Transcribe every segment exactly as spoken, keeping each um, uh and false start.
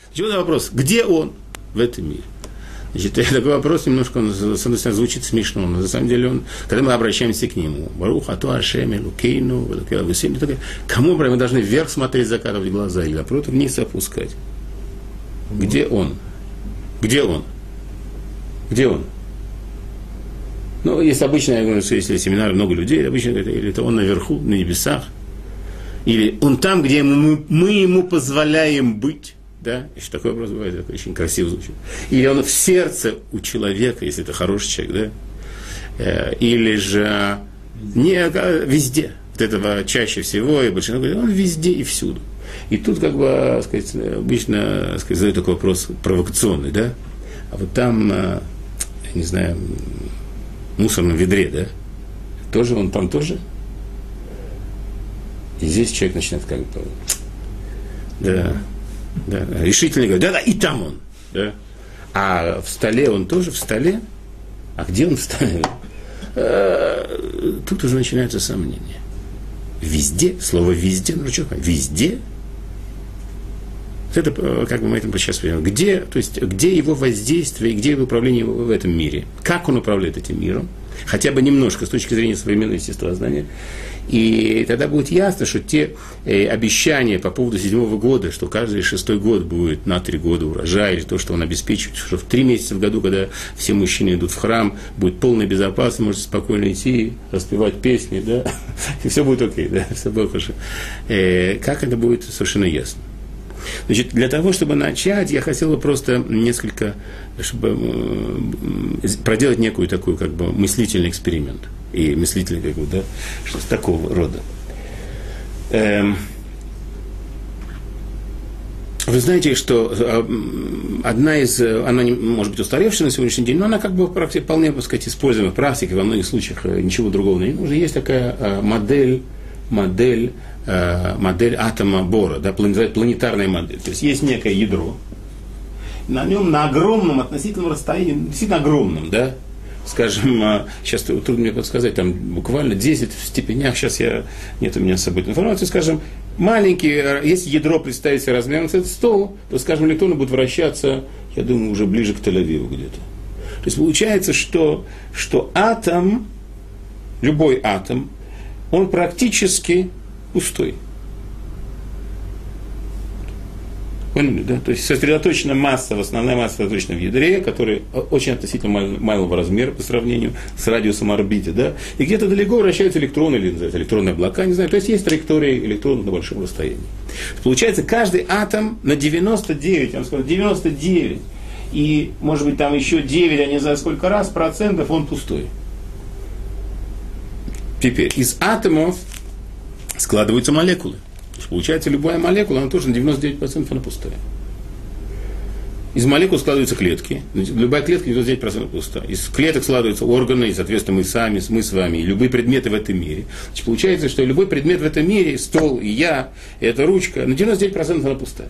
Значит, вот вопрос, где он в этом мире? Значит, такой вопрос немножко, он, с одной стороны, звучит смешно, но на самом деле он, когда мы обращаемся к нему, Барух, Ату, Ашем, Элукейну, кому мы должны вверх смотреть, закатывать глаза, или напротив, вниз опускать? Где он? Где он? Где он? Ну, есть обычно, я говорю, что если семинар много людей, обычно говорят, или это он наверху, на небесах, или он там, где мы, мы ему позволяем быть. Да? Еще такой вопрос бывает, это очень красиво звучит. Или он в сердце у человека, если это хороший человек, да? Или же не, везде. Вот этого чаще всего, и большинство говорит, он везде и всюду. И тут, как бы, сказать, обычно сказать, задают такой вопрос провокационный, да? А вот там, я не знаю, в мусорном ведре, да? Тоже он там тоже? И здесь человек начинает как бы, да, да, решительно говорит, да-да, и там он, да. А в столе он тоже в столе? А где он в столе? Тут уже начинаются сомнения. Везде, слово везде, ну что, везде? Это, как бы мы это сейчас понимаем, где, то есть, где его воздействие, где его управление в этом мире, как он управляет этим миром, хотя бы немножко с точки зрения современного естествознания, и тогда будет ясно, что те э, обещания по поводу седьмого года, что каждый шестой год будет на три года урожай, или то, что он обеспечивает, что в три месяца в году, когда все мужчины идут в храм, будет полная безопасность, можете спокойно идти, распевать песни, да, и все будет окей, да, все будет хорошо. Э, как это будет, совершенно ясно. Значит, для того, чтобы начать, я хотел бы просто несколько, чтобы проделать некую такую, как бы, мыслительный эксперимент. И мыслительный, как бы, да, что-то такого рода. Эм, вы знаете, что одна из, она, может быть, устаревшая на сегодняшний день, но она, как бы, вполне, так сказать, используема в практике, во многих случаях ничего другого не нужно. Есть такая модель, модель, модель атома Бора, да, планетарная модель. То есть есть некое ядро, на нем на огромном относительном расстоянии, действительно огромном, да, скажем, сейчас трудно мне подсказать, там буквально десять в степенях, сейчас я, нет у меня с собой информации, скажем, маленький, если ядро представить себе размером с этот стол, то, скажем, электроны будут вращаться, я думаю, уже ближе к Тель-Авиву где-то. То есть получается, что, что атом, любой атом, он практически пустой. Поняли, да? То есть сосредоточена масса, основная масса сосредоточена в ядре, который очень относительно малого размера по сравнению с радиусом орбиты, да? И где-то далеко вращаются электроны, или электронные облака, не знаю. То есть есть траектории электронов на большом расстоянии. Получается, каждый атом на девяносто девять, я вам скажу, девяносто девять, и, может быть, там еще девять, я не знаю сколько раз, процентов, он пустой. Теперь, из атомов складываются молекулы. Получается, любая молекула, она тоже на девяносто девять процентов она пустая. Из молекул складываются клетки. Любая клетка девяносто девять процентов пустая. Из клеток складываются органы, и, соответственно, мы сами, мы с вами, и любые предметы в этом мире. Значит, получается, что любой предмет в этом мире, стол, и я, и эта ручка, на девяносто девять процентов она пустая.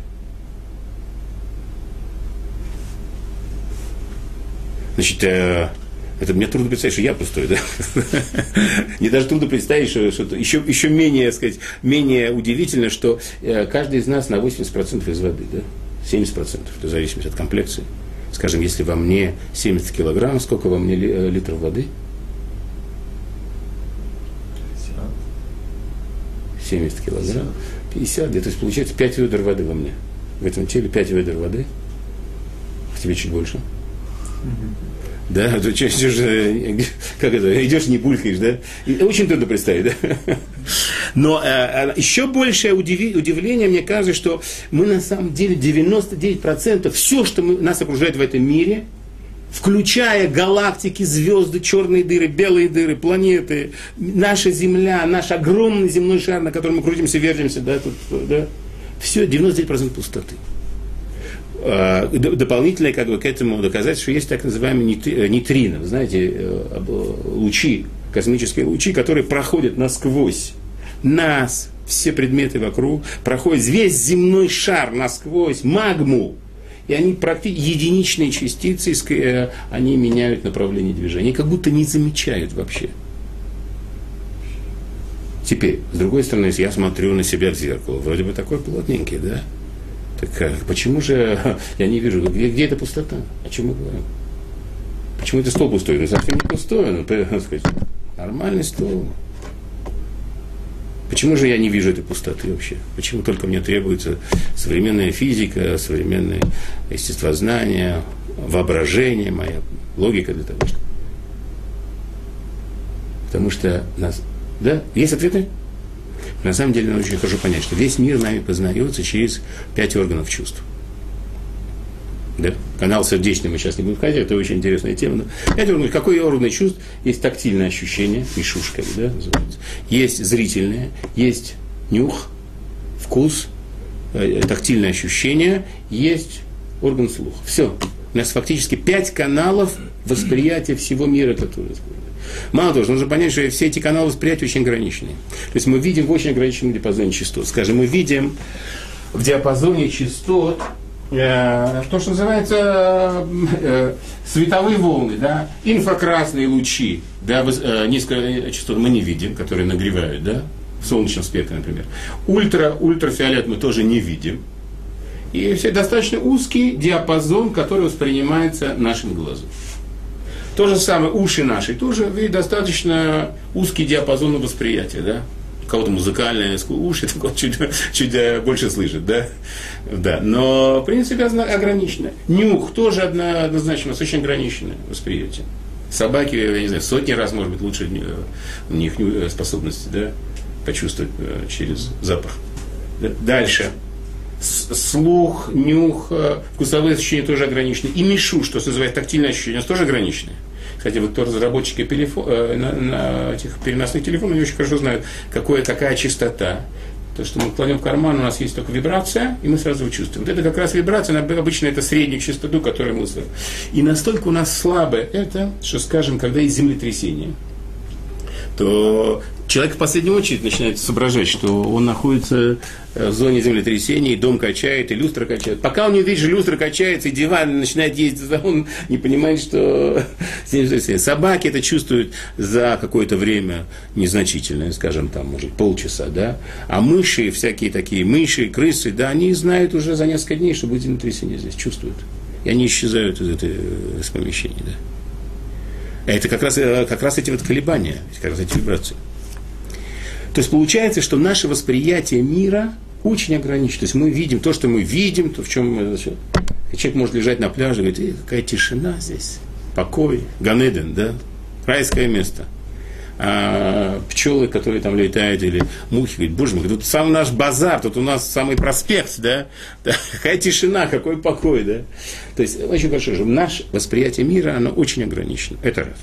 Значит, это мне трудно представить, что я пустой, да? Мне даже трудно представить, что, что еще, еще менее, сказать, менее удивительно, что каждый из нас на восемьдесят процентов из воды, да? семьдесят процентов, в зависимости от комплекции. Скажем, если во мне семьдесят килограмм, сколько во мне литров воды? семьдесят килограмм. пятьдесят, где-то, то есть получается пять ведер воды во мне. В этом теле пять ведер воды. В тебе чуть больше. Да, ты идешь, как это, идешь, не булькаешь, да? И очень трудно представить, да? Но э, еще большее удиви, удивление, мне кажется, что мы на самом деле девяносто девять процентов, все, что мы, нас окружает в этом мире, включая галактики, звезды, черные дыры, белые дыры, планеты, наша Земля, наш огромный земной шар, на котором мы крутимся, вертимся, да, тут, да, все, девяносто девять процентов пустоты. Дополнительное, как бы, к этому доказать, что есть так называемые нейтрино, вы знаете, лучи, космические лучи, которые проходят насквозь нас, все предметы вокруг, проходят весь земной шар насквозь, магму, и они практически единичные частицы, они меняют направление движения, они как будто не замечают вообще. Теперь, с другой стороны, если я смотрю на себя в зеркало, вроде бы такой плотненький, да? Так почему же я не вижу, где, где эта пустота? О чем мы говорим? Почему это стол пустой? Ну, совсем не пустой, ну, так сказать, нормальный стол. Почему же я не вижу этой пустоты вообще? Почему только мне требуется современная физика, современное естествознание, воображение, моя логика для того, чтобы... Потому что нас... Да? Есть ответы? На самом деле, надо очень хорошо понять, что весь мир нами познается через пять органов чувств. Да? Канал сердечный мы сейчас не будем входить, это очень интересная тема. Но пять органов. Какой орган чувств? Есть тактильное ощущение, мишушка, да, называется. Есть зрительное, есть нюх, вкус, э, тактильное ощущение, есть орган слуха. Все. У нас фактически пять каналов восприятия всего мира, который используется. Мало того, нужно понять, что все эти каналы восприятия очень ограниченные. То есть мы видим в очень ограниченном диапазоне частот. Скажем, мы видим в диапазоне частот э, то, что называется э, световые волны, да, инфракрасные лучи, да, э, низкие частоты мы не видим, которые нагревают, да, в солнечном спектре, например. Ультра, ультрафиолет мы тоже не видим. И все достаточно узкий диапазон, который воспринимается нашим глазом. То же самое, уши наши тоже, ведь достаточно узкий диапазон восприятия, да? У кого-то музыкальные уши, чуть, чуть больше слышит, да? Да? Но, в принципе, ограничено. Нюх тоже однозначно, у нас очень ограниченное восприятие. Собаки, я не знаю, сотни раз, может быть, лучше у них способности, да, почувствовать через запах. Да? Дальше. Слух, нюх, вкусовые ощущения тоже ограничены. И мишу, что называется тактильное ощущение, тоже ограничены. Кстати, вот кто разработчики телефон, э, на, на этих переносных телефонов, они очень хорошо знают, какое, какая частота. То, что мы кладем в карман, у нас есть только вибрация, и мы сразу его чувствуем. Вот это как раз вибрация, обычно это среднюю частоту, которую мы слышим. И настолько у нас слабое это, что, скажем, когда есть землетрясение, то человек в последнюю очередь начинает соображать, что он находится в зоне землетрясения, и дом качает, и люстра качает. Пока он не видит, что люстра качается, и диван начинает ездить, он не понимает, что землетрясение. Собаки это чувствуют за какое-то время незначительное, скажем, там, может, полчаса, да. А мыши, всякие такие мыши, крысы, да, они знают уже за несколько дней, что будет землетрясение здесь, чувствуют. И они исчезают из этого из помещения, да. Это как раз, как раз эти вот колебания, как раз эти вибрации. То есть получается, что наше восприятие мира очень ограничено. То есть мы видим то, что мы видим, то, в чем мы... Человек может лежать на пляже и говорит, э, какая тишина здесь, покой, Ганеден, да, райское место. А пчелы, которые там летают, или мухи, говорят, боже мой, тут сам наш базар, тут у нас самый проспект, да, да, какая тишина, какой покой, да. То есть очень хорошо, что наше восприятие мира, оно очень ограничено. Это раз.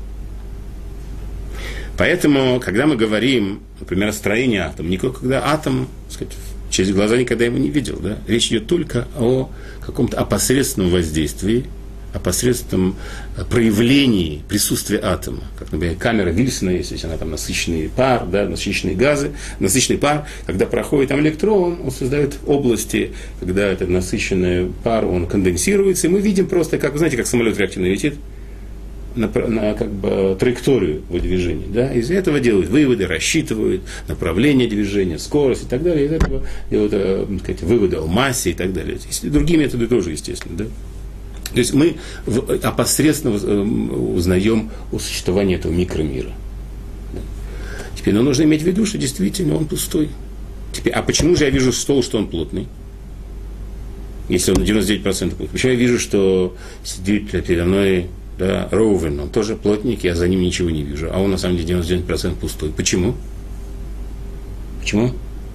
Поэтому, когда мы говорим, например, о строении атома, никогда атом, так сказать, через глаза никогда его не видел, да? Речь идет только о каком-то опосредственном воздействии, опосредственном проявлении присутствия атома. Как, например, камера Вильсона, если она там насыщенный пар, да, насыщенные газы, насыщенный пар, когда проходит там электрон, он создает области, когда этот насыщенный пар, он конденсируется, и мы видим просто, как, вы знаете, как самолет реактивно летит, На, на как бы, траекторию его движения. Да? Из этого делают выводы, рассчитывают направление движения, скорость и так далее. Из этого делают так сказать, выводы о массе и так далее. И другие методы тоже, естественно. Да? То есть мы опосредственно узнаем о существовании этого микромира. Да? Теперь, но нужно иметь в виду, что действительно он пустой. Теперь, а почему же я вижу стол, что он плотный? Если он на девяносто девять процентов плотный. Почему я вижу, что сидит передо мной, да, Роувен, он тоже плотник, я за ним ничего не вижу. А он на самом деле девяносто девять процентов пустой. Почему? Почему?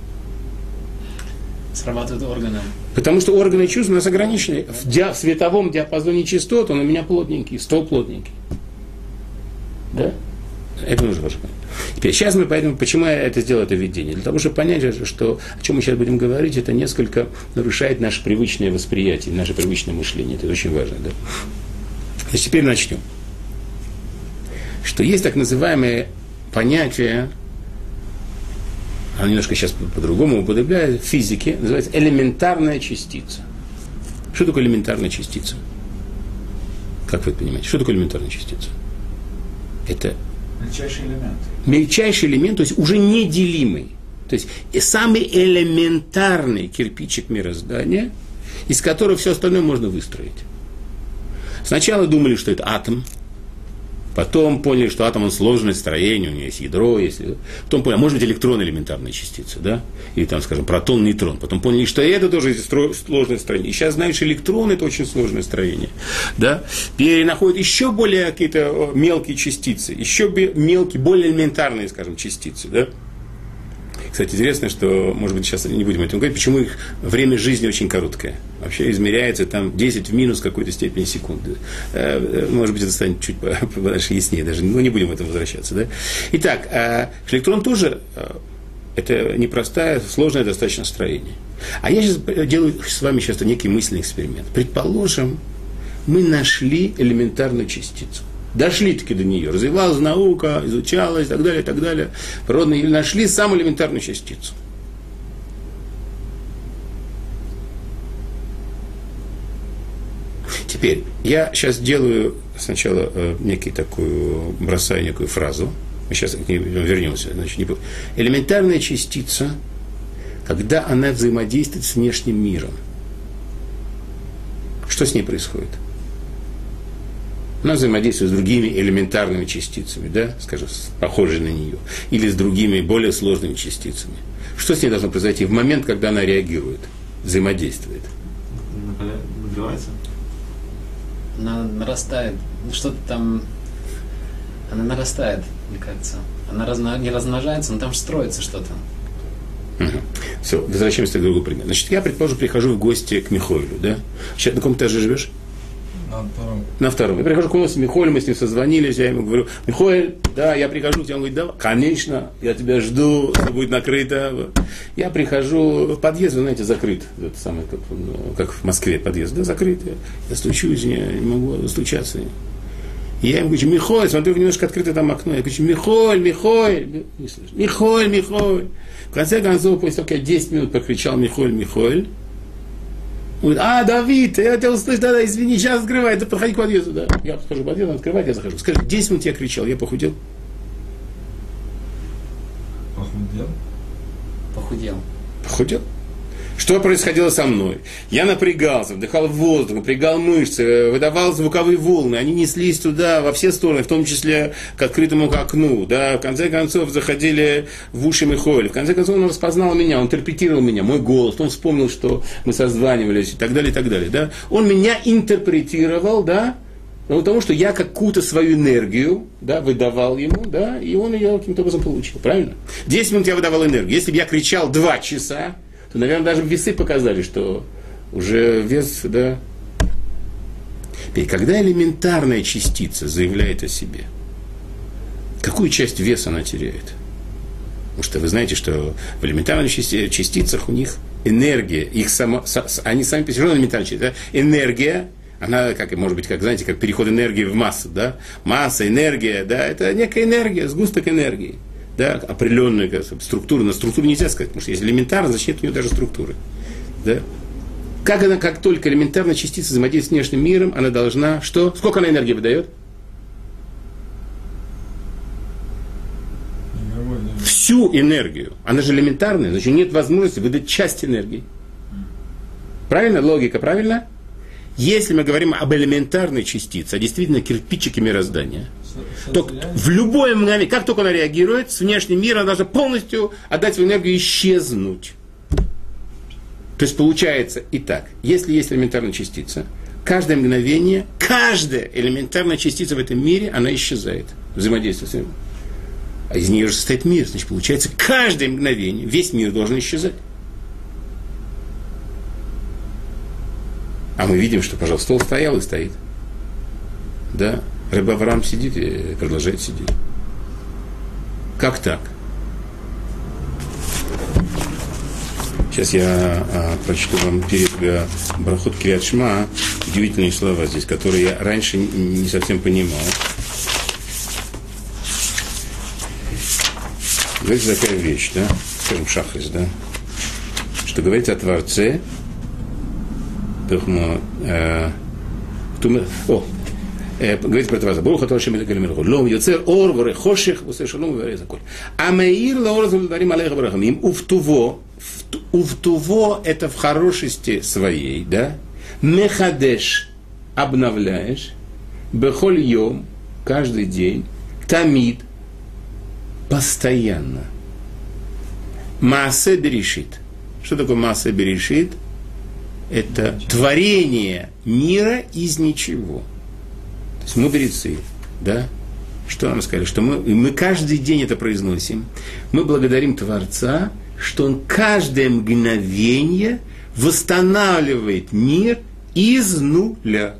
Срабатывают органы. Потому что органы чувств у нас ограничены. В, ди... в световом диапазоне частот он у меня плотненький, стол плотненький. Да? Это нужно хорошо понять. Теперь, сейчас мы пойдем, почему я это сделал, это видение. Для того, чтобы понять, что о чем мы сейчас будем говорить, это несколько нарушает наше привычное восприятие, наше привычное мышление. Это очень важно, да? Значит, теперь начнем. Что есть так называемое понятие, оно немножко сейчас по-другому употребляют, в физике, называется элементарная частица. Что такое элементарная частица? Как вы это понимаете? Что такое элементарная частица? Это мельчайший элемент. Мельчайший элемент, то есть уже неделимый. То есть и самый элементарный кирпичик мироздания, из которого все остальное можно выстроить. Сначала думали, что это атом. Потом поняли, что атом, он сложное строение, у него есть ядро, есть... Потом поняли, а может быть электроны элементарные частицы, да? Или там, скажем, протон, нейтрон. Потом поняли, что это тоже сложное строение. И сейчас знаешь, что электрон – это очень сложное строение, да? Теперь находят еще более какие-то мелкие частицы, еще мелкие, более элементарные, скажем, частицы, да? Кстати, интересно, что, может быть, сейчас не будем этим говорить, почему их время жизни очень короткое. Вообще измеряется там десять в минус какой-то степени секунды. Может быть, это станет чуть подальше яснее даже, но не будем в этом возвращаться. Да? Итак, электрон тоже это непростое, сложное достаточно строение. А я сейчас делаю с вами сейчас некий мысленный эксперимент. Предположим, мы нашли элементарную частицу. Дошли-таки до нее, развивалась наука, изучалась и так далее, и так далее. Природные нашли самую элементарную частицу. Теперь, я сейчас делаю сначала э, некий такую, бросаю некую фразу. Мы сейчас к ней вернемся. Значит, не... Элементарная частица, когда она взаимодействует с внешним миром. Что с ней происходит? Она взаимодействует с другими элементарными частицами, да, скажем, похожими на нее, или с другими более сложными частицами. Что с ней должно произойти в момент, когда она реагирует, взаимодействует? Нагревается? Она нарастает. Что-то там... Она нарастает, мне кажется. Она разно... не размножается, но там же строится что-то. Угу. Все, возвращаемся к другому примеру. Значит, я, предположим, прихожу в гости к Михоилю, да? Сейчас на каком этаже живешь? На втором. На втором. Я прихожу к нему с Михоилем, мы с ним созвонились, я ему говорю: Михоиль, да, я прихожу к тебе. Он говорит: да, конечно, я тебя жду, все будет накрыто. Я прихожу, подъезд, вы знаете, закрыт. Это самое, как, ну, как в Москве подъезд, да, закрыт. Я стучусь, я не могу достучаться. И я ему говорю: Михоиль, смотрю, немножко открыто там окно. Я говорю: Михоиль, Михоиль, не слышу. Михоиль, Михоиль. В конце концов, после того, как я десять минут прокричал Михоиль, Михоиль, он говорит: а, Давид, я тебя услышал, да, да, извини, сейчас открывай, да, подходи к подъезду, да. Я подхожу к подъезду, он открывает, я захожу. Скажи, десять минут я кричал, я похудел? Похудел? Похудел. Похудел? Что происходило со мной? Я напрягался, вдыхал воздух, напрягал мышцы, выдавал звуковые волны, они неслись туда во все стороны, в том числе к открытому окну, да, в конце концов заходили в уши Михоиля, в конце концов он распознал меня, он интерпретировал меня, мой голос, он вспомнил, что мы созванивались и так далее, и так далее, да. Он меня интерпретировал, да, потому что я какую-то свою энергию, да, выдавал ему, да, и он ее каким-то образом получил, правильно? десять минут я выдавал энергию, если бы я кричал два часа, то, наверное, даже весы показали, что уже вес, да. Теперь, когда элементарная частица заявляет о себе, какую часть веса она теряет? Потому что вы знаете, что в элементарных частицах у них энергия, их само, они сами по себе элементарные, да? Энергия, она, как, может быть, как, знаете, как переход энергии в массу, да? Масса, энергия, да, это некая энергия, сгусток энергии. Да, определенную как, структуру. На структуру нельзя сказать, потому что если элементарно, значит нет у нее даже структуры. Да? Как она, как только элементарная частица взаимодействует с внешним миром, она должна что? Сколько она энергии выдает? Всю энергию. Она же элементарная, значит нет возможности выдать часть энергии. Правильно? Логика, правильно? Если мы говорим об элементарной частице, а действительно кирпичике мироздания, то в любое мгновение, как только она реагирует, с внешним миром она должна полностью отдать свою энергию и исчезнуть. То есть получается и так, если есть элементарная частица, каждое мгновение, каждая элементарная частица в этом мире, она исчезает, взаимодействует с ним. А из нее же состоит мир, значит, получается, каждое мгновение, весь мир должен исчезать. А мы видим, что, пожалуйста, стол стоял и стоит. Да? Ребе Авраам сидит и продолжает сидеть. Как так? Сейчас я а, прочту вам перед а, Брахот Крият Шма удивительные слова здесь, которые я раньше не, не совсем понимал. Говорится такая вещь, да? Скажем, Шахрис, да? Что говорится о Творце. О, говорит про Творца. Борух атор Ашем элокей мелech ло йоцер ор ворeh хошех ועושה שלום ובורא הכול. המאיר לאור דברים עליך ברחמים ובטובו, ובטובо это в хорошести своей, да? Мехадеш обновляешь, бехоль йом каждый день, тамид постоянно. Маасе берешит. Что такое маасе берешит? Это творение мира из ничего. То есть мудрецы, да? Что нам сказали? Что мы, мы каждый день это произносим. Мы благодарим Творца, что он каждое мгновение восстанавливает мир из нуля.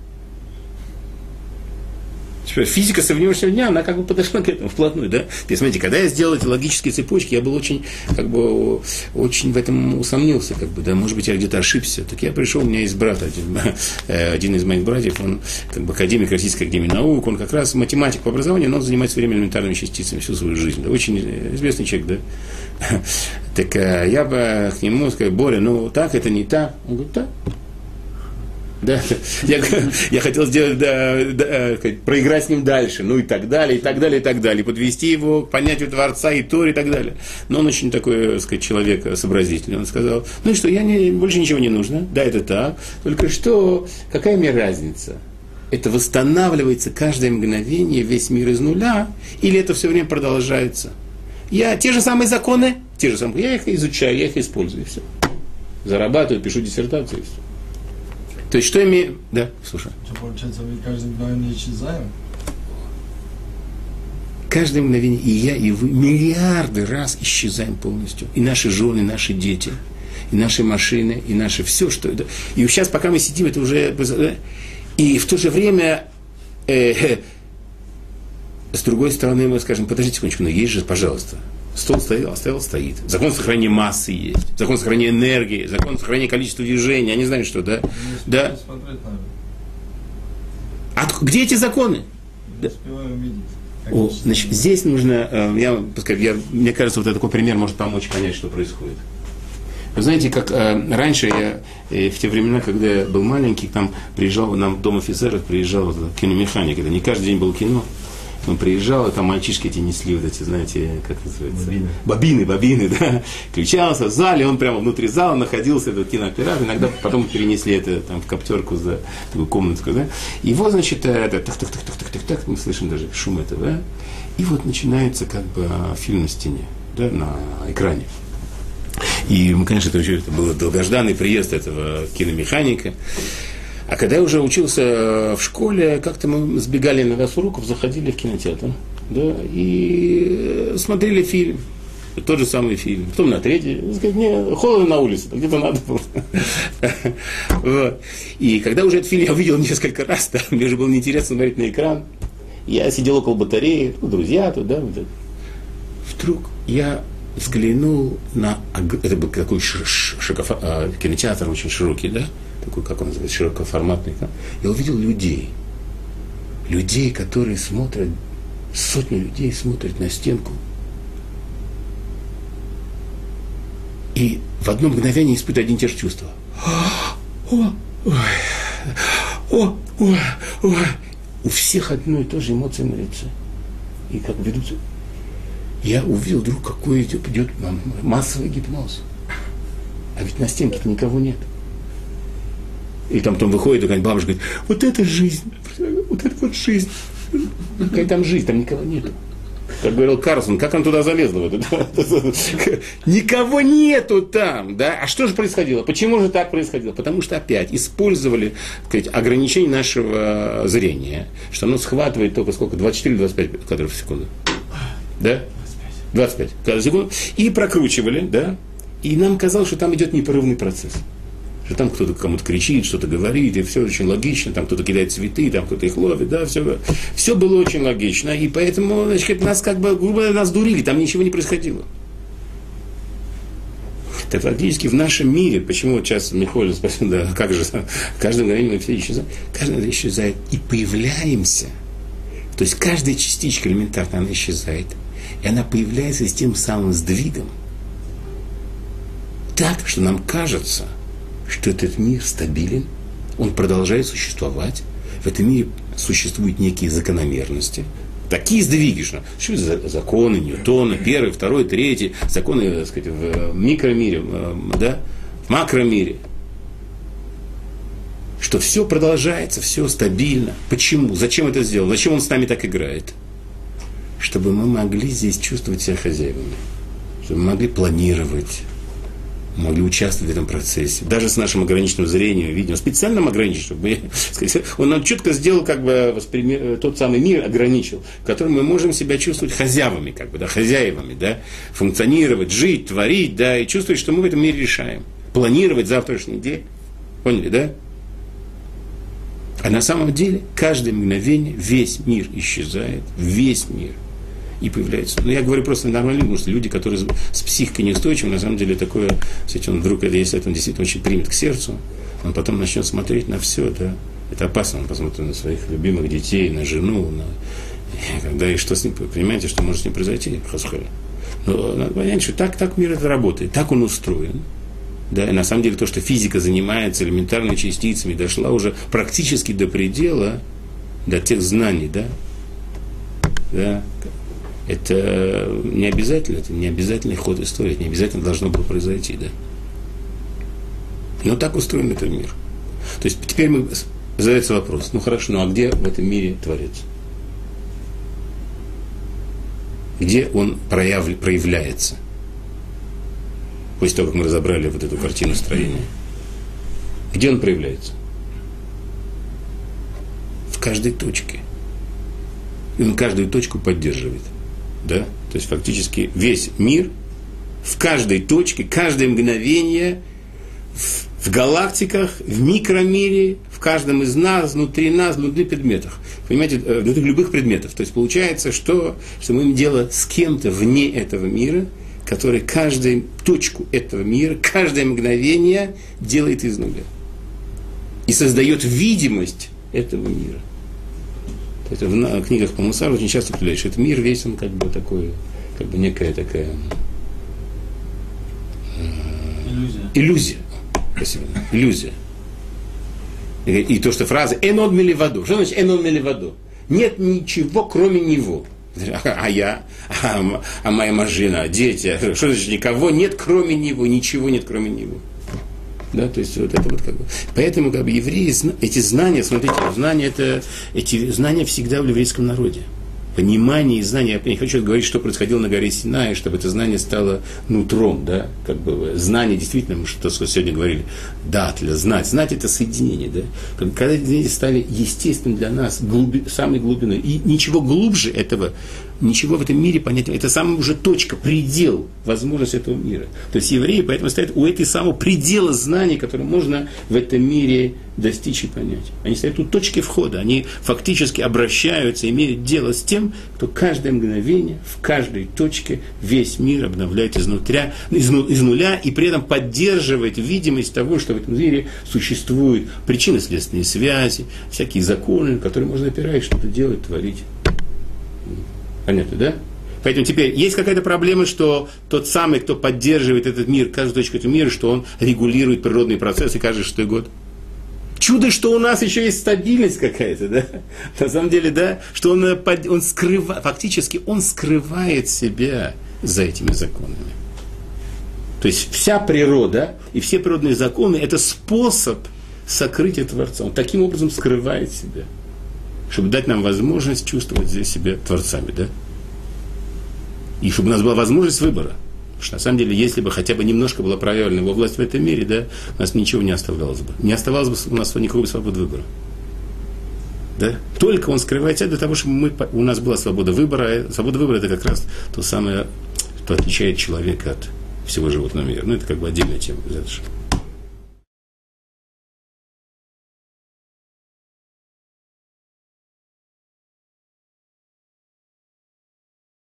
Физика современного дня, она как бы подошла к этому вплотную, да? Теперь, смотрите, когда я сделал эти логические цепочки, я был очень, как бы, очень в этом усомнился, как бы, да, может быть, я где-то ошибся. Так я пришел, у меня есть брат, один, один из моих братьев, он, как бы, академик Российской академии наук, он как раз математик по образованию, но он занимается время элементарными частицами всю свою жизнь, да? Очень известный человек, да? Так я бы к нему сказал: Боря, ну так, это не так. Он говорит: так. Да, я, я хотел сделать, да, да, проиграть с ним дальше, ну и так далее, и так далее, и так далее, подвести его к понятию Творца и Тор и так далее. Но он очень такой, так сказать, человек сообразительный. Он сказал: ну и что, я не, больше ничего не нужно, да, это так, только что, какая мне разница? Это восстанавливается каждое мгновение, весь мир из нуля, или это все время продолжается? Я те же самые законы, те же самые, я их изучаю, я их использую, и все. Зарабатываю, пишу диссертацию, и все. То есть, что имею... Да, слушай. Что получается, мы каждое мгновение исчезаем? Каждое мгновение и я, и вы миллиарды раз исчезаем полностью. И наши жены, и наши дети, и наши машины, и наше все, что это. И сейчас, пока мы сидим, это уже... И в то же время... Э, с другой стороны, мы скажем: подождите секундочку, но есть же, пожалуйста... Стол стоял, стоял, стоит. Закон сохранения массы есть. Закон сохранения энергии. Закон сохранения количества движений. Они знают, что, да? Да. А где эти законы? Да. О, значит, здесь нужно, я, пускай, я, мне кажется, вот это такой пример может помочь понять, что происходит. Вы знаете, как э, раньше я, э, в те времена, когда я был маленький, там приезжал, нам в Дом офицеров приезжал киномеханик. Это не каждый день было кино. Он приезжал, и там мальчишки эти несли вот эти, знаете, как называется? Бобины. Бобины, бобины, да. Включался в зале, он прямо внутри зала находился, этот кинооператор. Иногда потом перенесли это там в коптерку за такую комнатку, да. И вот, значит, это так-так-так-так-так-так, мы слышим даже шум этого, да. И вот начинается как бы фильм на стене, да, на экране. И, конечно, это, это был долгожданный приезд этого киномеханика. А когда я уже учился в школе, как-то мы сбегали на раз уроков, заходили в кинотеатр, да, и смотрели фильм, тот же самый фильм. Потом на третий, мне холодно на улице, где-то надо было. Вот. И когда уже этот фильм я увидел несколько раз, да, мне уже было неинтересно смотреть на экран, я сидел около батареи, ну, друзья тут, да, вот. Вдруг я взглянул на, это был такой широко, кинотеатр очень широкий, да, такой, как он называется, широкоформатный. Я увидел людей, людей, которые смотрят, сотни людей смотрят на стенку. И в одно мгновение испытывают одни и те же чувства. О, ой, о, ой, ой. У всех одно и то же эмоции на лице. И как ведутся. Я увидел вдруг, какой идет, идет массовый гипноз. А ведь на стенке-то никого нет. И там потом выходит, и бабушка говорит: вот это жизнь, вот это вот жизнь. Какая там жизнь, там никого нету. Как говорил Карлсон, как он туда залезла? Никого нету там, да? А что же происходило? Почему же так происходило? Потому что опять использовали, так сказать, ограничение нашего зрения, что оно схватывает только сколько? двадцать четыре - двадцать пять кадров в секунду. Да? двадцать пять кадров в секунду. И прокручивали, да? И нам казалось, что там идет непрерывный процесс. Что там кто-то кому-то кричит, что-то говорит, и все очень логично, там кто-то кидает цветы, там кто-то их ловит, да, все, все было очень логично, и поэтому, значит, нас как бы, грубо говоря, нас дурили, там ничего не происходило. Так фактически в нашем мире, почему вот сейчас Михаил спросил, да, как же, каждое мгновение мы все исчезаем, каждое мгновение исчезает, и появляемся, то есть каждая частичка элементарно, она исчезает, и она появляется с тем самым сдвигом, так, что нам кажется, что этот мир стабилен, он продолжает существовать. в этом мире существуют некие закономерности, такие сдвиги, что, что это за законы Ньютона, первый, второй, третий, законы, так сказать, в микромире, да, в макромире, что все продолжается, все стабильно. Почему? Зачем это сделал? Зачем он с нами так играет? Чтобы мы могли здесь чувствовать себя хозяевами, чтобы мы могли планировать, могли участвовать в этом процессе. Даже с нашим ограниченным зрением, видимо, специально ограничить, чтобы сказать, он нам четко сделал, как бы, воспри... тот самый мир ограничил, в котором мы можем себя чувствовать хозяевами, как бы, да, хозяевами, да, функционировать, жить, творить, да, и чувствовать, что мы в этом мире решаем. Планировать завтрашний день. Поняли, да? А на самом деле, каждое мгновение весь мир исчезает, весь мир. И появляется. Ну, я говорю просто нормально, потому что люди, которые с психикой неустойчивы, на самом деле такое, кстати, он вдруг, если это он действительно очень примет к сердцу, он потом начнет смотреть на все, да. Это опасно, он посмотрит на своих любимых детей, на жену, на... когда и что с ним, понимаете, что может с ним произойти, хасхаля. Но надо понять, что так, так мир это работает, так он устроен. Да, и на самом деле то, что физика занимается элементарными частицами, дошла уже практически до предела, до тех знаний, да, да, это не обязательно, это не обязательный ход истории, это не обязательно должно было произойти, да. Но так устроен этот мир. То есть теперь мы задается вопрос, ну хорошо, ну а где в этом мире Творец? Где он прояв, проявляется? После того, как мы разобрали вот эту картину строения. Где он проявляется? В каждой точке. И он каждую точку поддерживает. Да? То есть фактически весь мир в каждой точке, каждое мгновение, в, в галактиках, в микромире, в каждом из нас, внутри нас, внутри предметов. Понимаете, внутри любых предметов. То есть получается, что, что мы имеем дело с кем-то вне этого мира, который каждую точку этого мира, каждое мгновение делает из нуля. И создает видимость этого мира. Это в книгах по Мусару очень часто появляется, что этот мир весь, он как бы такой, как бы некая такая э, иллюзия. Иллюзия. Спасибо. Иллюзия. И, и то, что фраза «энон меливаду». Что значит «энон меливаду»? Нет ничего, кроме него. А я, а, а моя машина, дети, что значит никого нет, кроме него, ничего нет, кроме него. Да, то есть вот это вот как бы. Поэтому как бы евреи, эти знания, смотрите, знания это, эти знания всегда в еврейском народе. Понимание и знание, я не хочу говорить, что происходило на горе Синай, чтобы это знание стало нутром, да, как бы знание действительно, мы что сегодня говорили, датля, знать, знать это соединение, да, когда эти знания стали естественным для нас, глуби, самой глубиной, и ничего глубже этого, ничего в этом мире понять, это самая уже точка, предел возможности этого мира. То есть евреи поэтому стоят у этой самого предела знаний, которые можно в этом мире достичь и понять. Они стоят у точки входа, они фактически обращаются, имеют дело с тем, кто каждое мгновение, в каждой точке весь мир обновляет изнутри, из, из нуля и при этом поддерживает видимость того, что в этом мире существуют причинно-следственные связи, всякие законы, на которые можно опираясь что-то делать, творить. Понятно, да? Поэтому теперь есть какая-то проблема, что тот самый, кто поддерживает этот мир, каждую точку этого мира, что он регулирует природные процессы каждый шестой год. Чудо, что у нас еще есть стабильность какая-то, да? На самом деле, да, что он, он скрывает, фактически он скрывает себя за этими законами. То есть вся природа и все природные законы – это способ сокрытия Творца. Он таким образом скрывает себя, чтобы дать нам возможность чувствовать здесь себя Творцами, да? И чтобы у нас была возможность выбора. Потому что на самом деле, если бы хотя бы немножко была проявлена его власть в этом мире, да, у нас ничего не оставалось бы. Не оставалось бы у нас никакой свободы выбора. Да? Только он скрывает себя для того, чтобы мы, у нас была свобода выбора. Свобода выбора – это как раз то самое, что отличает человека от всего животного мира. Ну, это как бы отдельная тема.